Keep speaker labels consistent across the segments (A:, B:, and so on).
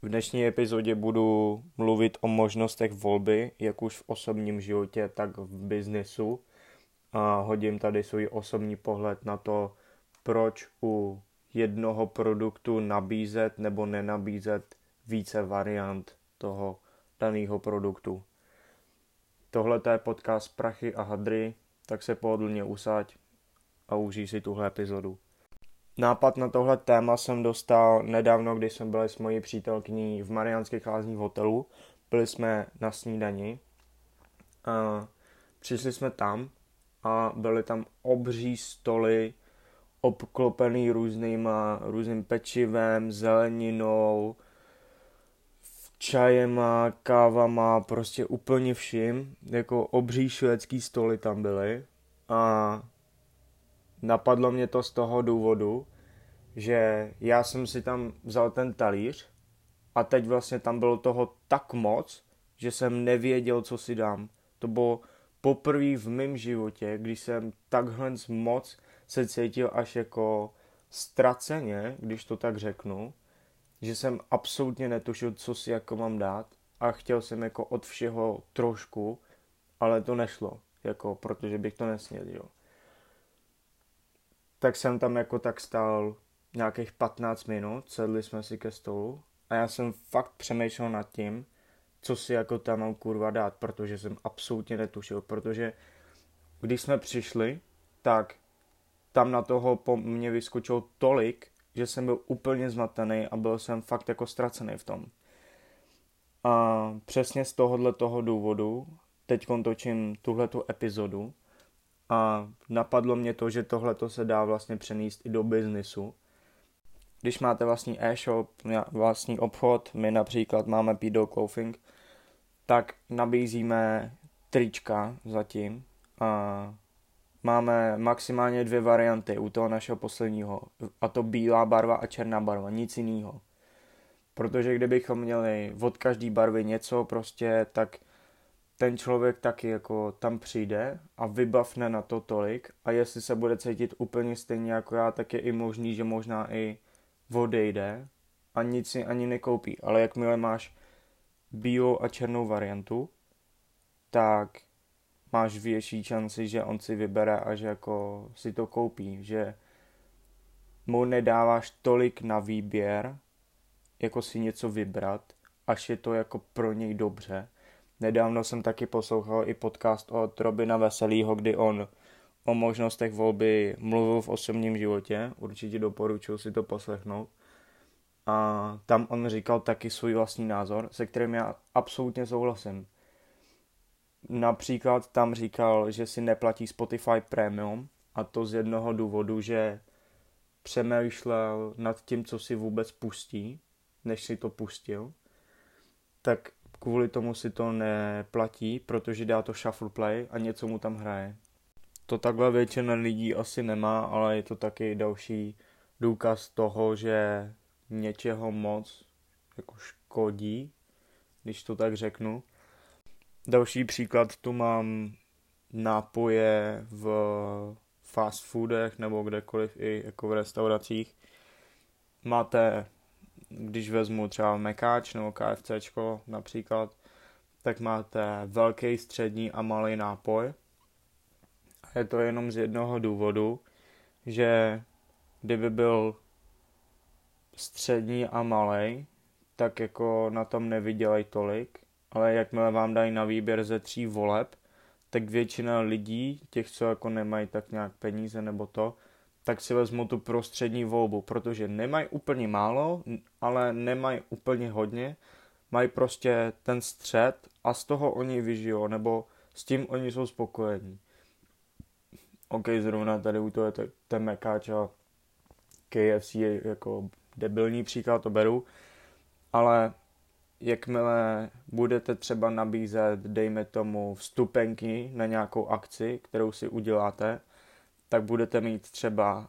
A: V dnešní epizodě budu mluvit o možnostech volby, jak už v osobním životě, tak v biznesu. A hodím tady svůj osobní pohled na to, proč u jednoho produktu nabízet nebo nenabízet více variant toho daného produktu. Tohle je podcast Prachy a hadry, tak se pohodlně usaď a užij si tuhle epizodu. Nápad na tohle téma jsem dostal nedávno, když jsme byli s mojí přítelkyní v Mariánských Lázních hotelu. Byli jsme na snídani. Přišli jsme tam a byly tam obří stoly obklopený různým pečivem, zeleninou, čajema, kávama, prostě úplně vším. Jako obří švédský stoly tam byly. A napadlo mě to z toho důvodu, že já jsem si tam vzal ten talíř a teď vlastně tam bylo toho tak moc, že jsem nevěděl, co si dám. To bylo poprvé v mém životě, když jsem takhle moc se cítil až jako ztraceně, když to tak řeknu, že jsem absolutně netušil, co si jako mám dát a chtěl jsem jako od všeho trošku, ale to nešlo, jako protože bych to nesměl, jo. Tak jsem tam jako tak stál nějakých 15 minut, sedli jsme si ke stolu a já jsem fakt přemýšlel nad tím, co si jako tam mám kurva dát, protože jsem absolutně netušil, protože když jsme přišli, tak tam na toho po mně vyskočilo tolik, že jsem byl úplně zmatený a byl jsem fakt jako ztracený v tom. A přesně z toho důvodu teď točím tuhletu epizodu a napadlo mě to, že tohleto se dá vlastně přenést i do biznisu. Když máte vlastní e-shop, vlastní obchod, my například máme Pido Clothing, tak nabízíme trička zatím a máme maximálně 2 varianty u toho našeho posledního, a to bílá barva a černá barva, nic jiného. Protože kdybychom měli od každé barvy něco prostě, tak ten člověk taky jako tam přijde a vybavne na to tolik a jestli se bude cítit úplně stejně jako já, tak je i možný, že možná i odejde a nic si ani nekoupí. Ale jakmile máš bílou a černou variantu, tak máš větší šanci, že on si vybere a že jako si to koupí, že mu nedáváš tolik na výběr, jako si něco vybrat, až je to jako pro něj dobře. Nedávno jsem taky poslouchal i podcast od Robina Veselýho, kdy on o možnostech volby mluvil v osobním životě, určitě doporučuji si to poslechnout. A tam on říkal taky svůj vlastní názor, se kterým já absolutně souhlasím. Například tam říkal, že si neplatí Spotify Premium a to z jednoho důvodu, že přemýšlel nad tím, co si vůbec pustí, než si to pustil. Tak kvůli tomu si to neplatí, protože dá to shuffle play a něco mu tam hraje. To takhle většina lidí asi nemá, ale je to taky další důkaz toho, že něčeho moc jako škodí, když to tak řeknu. Další příklad, tu mám nápoje v fast foodech nebo kdekoliv i jako v restauracích. Máte, když vezmu třeba Mekáč nebo KFCčko například, tak máte velký, střední a malý nápoj. A je to jenom z jednoho důvodu, že kdyby byl střední a malý, tak jako na tom nevydělají tolik, ale jakmile vám dají na výběr ze 3 voleb, tak většina lidí, těch, co jako nemají tak nějak peníze nebo to, tak si vezmu tu prostřední volbu, protože nemají úplně málo, ale nemají úplně hodně, mají prostě ten střed a z toho oni vyžijou, nebo s tím oni jsou spokojení. OK, zrovna tady u toho je ten Mekáč a KFC je jako debilní příklad, to beru, ale jakmile budete třeba nabízet, dejme tomu, vstupenky na nějakou akci, kterou si uděláte, tak budete mít třeba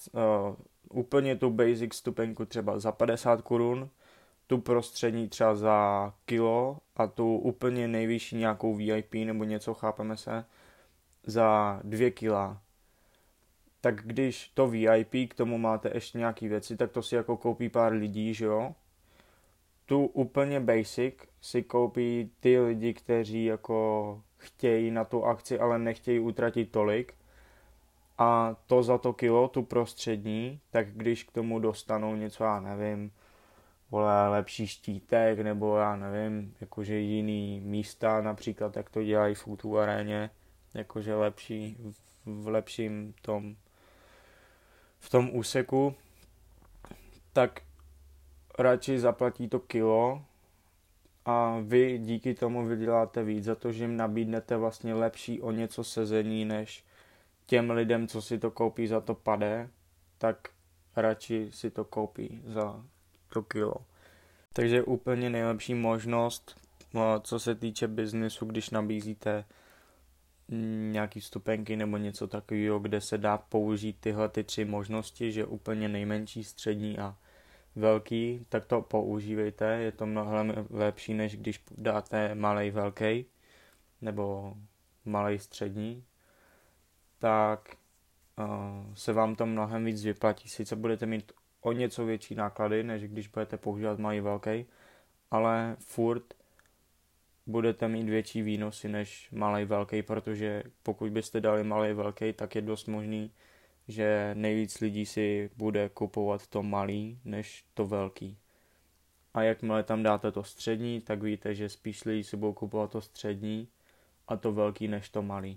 A: úplně tu basic vstupenku třeba za 50 korun, tu prostřední třeba za kilo a tu úplně nejvyšší nějakou VIP nebo něco, chápeme se, za 2 kila. Tak když to VIP, k tomu máte ještě nějaký věci, tak to si jako koupí pár lidí, že jo? tu úplně basic si koupí ty lidi, kteří jako chtějí na tu akci, ale nechtějí utratit tolik. A to za to kilo, tu prostřední, tak když k tomu dostanou něco, já nevím, vole, lepší štítek, nebo já nevím, jakože jiný místa, například jak to dělají v O2 aréně, jakože lepší, v lepším v tom úseku, tak radši zaplatí to kilo a vy díky tomu vyděláte víc, za to, že jim nabídnete vlastně lepší o něco sezení, než těm lidem, co si to koupí za to pade, tak radši si to koupí za to kilo. Takže úplně nejlepší možnost, co se týče biznesu, když nabízíte nějaký vstupenky nebo něco takového, kde se dá použít tyhle ty 3 možnosti, že úplně nejmenší, střední a velký, tak to používejte. Je to mnohem lepší, než když dáte malej velký nebo malej střední, tak se vám to mnohem víc vyplatí. Sice budete mít o něco větší náklady, než když budete používat malý velký, ale furt budete mít větší výnosy než malý velký, protože pokud byste dali malý velký, tak je dost možný, že nejvíc lidí si bude kupovat to malý než to velký. A jakmile tam dáte to střední, tak víte, že spíš lidí si budou kupovat to střední a to velký než to malý.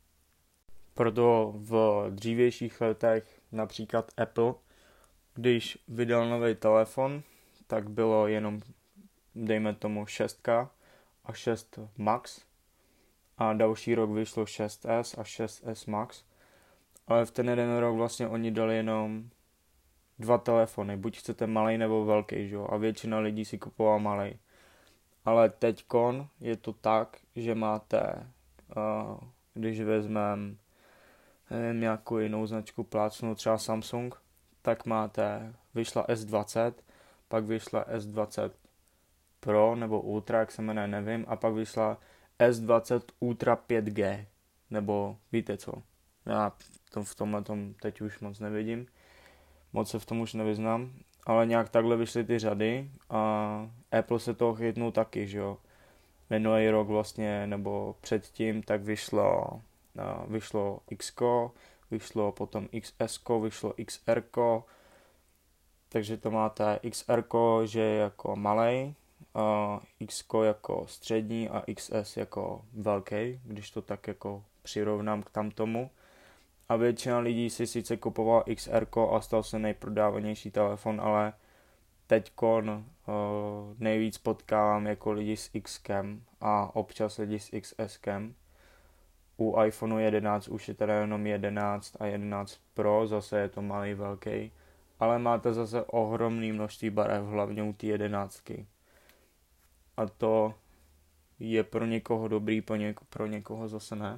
A: Proto v dřívějších letech například Apple, když vydal nový telefon, tak bylo jenom, dejme tomu, 6 a 6 Max a další rok vyšlo 6S a 6S Max, ale v ten jeden rok vlastně oni dali jenom 2 telefony, buď chcete malej nebo velký, že jo? A většina lidí si kupovala malej. Ale teďkon je to tak, že máte, když vezmeme nějakou jinou značku plácnu, třeba Samsung, tak vyšla S20, pak vyšla S20 Pro nebo Ultra, jak se jmenuje, nevím, a pak vyšla S20 Ultra 5G, nebo víte co, já v tomhle teď už moc nevidím, moc se v tom už nevyznám, ale nějak takhle vyšly ty řady a Apple se toho chytnul taky, že jo. Minulý rok vlastně, nebo předtím, tak vyšlo X, vyšlo potom XS, vyšlo XR, takže to máte XR, že je jako malej, X jako střední a XS jako velký, když to tak jako přirovnám k tamtomu. A většina lidí si sice kupovala XR a stal se nejprodávanější telefon, ale teďkon nejvíc potkávám jako lidi s Xkem a občas lidi s XSkem. U iPhoneu 11 už je teda jenom 11 a 11 Pro, zase je to malý velký, ale máte zase ohromné množství barev, hlavně u té 11. A to je pro někoho dobrý, pro někoho zase ne.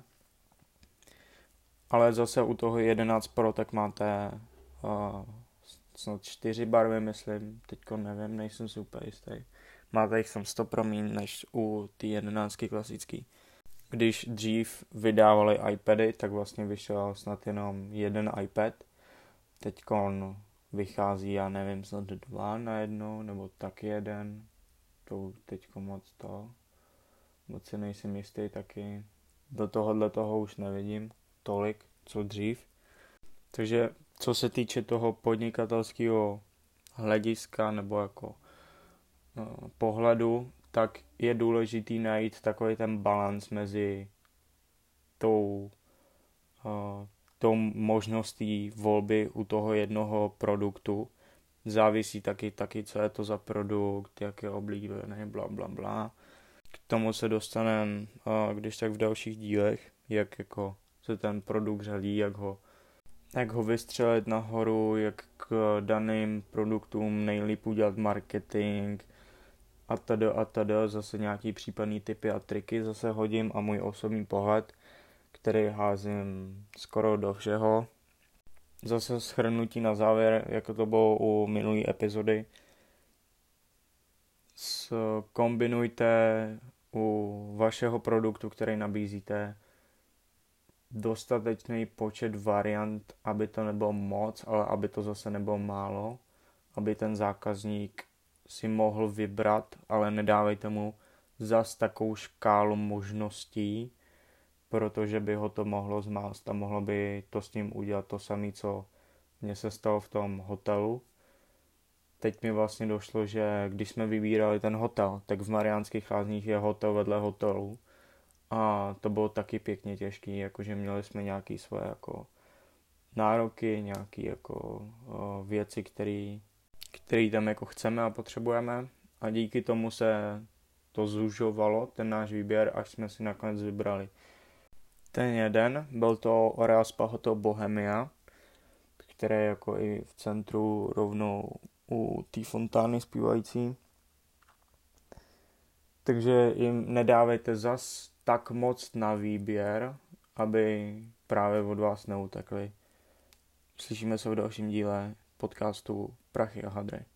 A: Ale zase u toho 11 Pro tak máte snad 4 barvy, myslím, teďko nevím, nejsem si úplně jistý. Máte jich tam 100 promín než u té 11 klasický. Když dřív vydávali iPady, tak vlastně vyšel snad jenom jeden iPad. Teďkon vychází, já nevím, snad 2 na jedno, nebo taky jeden. To teďko moc si nejsem jistý taky. Do toho už nevidím tolik, co dřív. Takže co se týče toho podnikatelského hlediska nebo jako pohledu, tak je důležitý najít takový ten balans mezi tou možností volby u toho jednoho produktu. Závisí taky, co je to za produkt, jak je oblíbený, bla bla bla. K tomu se dostaneme, když tak v dalších dílech, jak jako se ten produkt řadí, jak ho vystřelit nahoru, jak k daným produktům nejlíp udělat marketing a tada, zase nějaký případný tipy a triky zase hodím a můj osobní pohled, který házím skoro do všeho. Zase shrnutí na závěr, jako to bylo u minulé epizody. Kombinujte u vašeho produktu, který nabízíte, dostatečný počet variant, aby to nebylo moc, ale aby to zase nebylo málo, aby ten zákazník si mohl vybrat, ale nedávejte mu zas takovou škálu možností, protože by ho to mohlo zmást a mohlo by to s ním udělat to samé, co mně se stalo v tom hotelu. Teď mi vlastně došlo, že když jsme vybírali ten hotel, tak v Mariánských Lázních je hotel vedle hotelu a to bylo taky pěkně těžký, jakože měli jsme nějaké svoje jako nároky, nějaké jako věci, které tam jako chceme a potřebujeme a díky tomu se to zužovalo, ten náš výběr, až jsme si nakonec vybrali. Ten jeden byl to Orea Spa Hotel Bohemia, který je jako i v centru rovnou u té fontány zpívající. Takže jim nedávejte zas tak moc na výběr, aby právě od vás neutekli. Slyšíme se v dalším díle podcastu Prachy a hadry.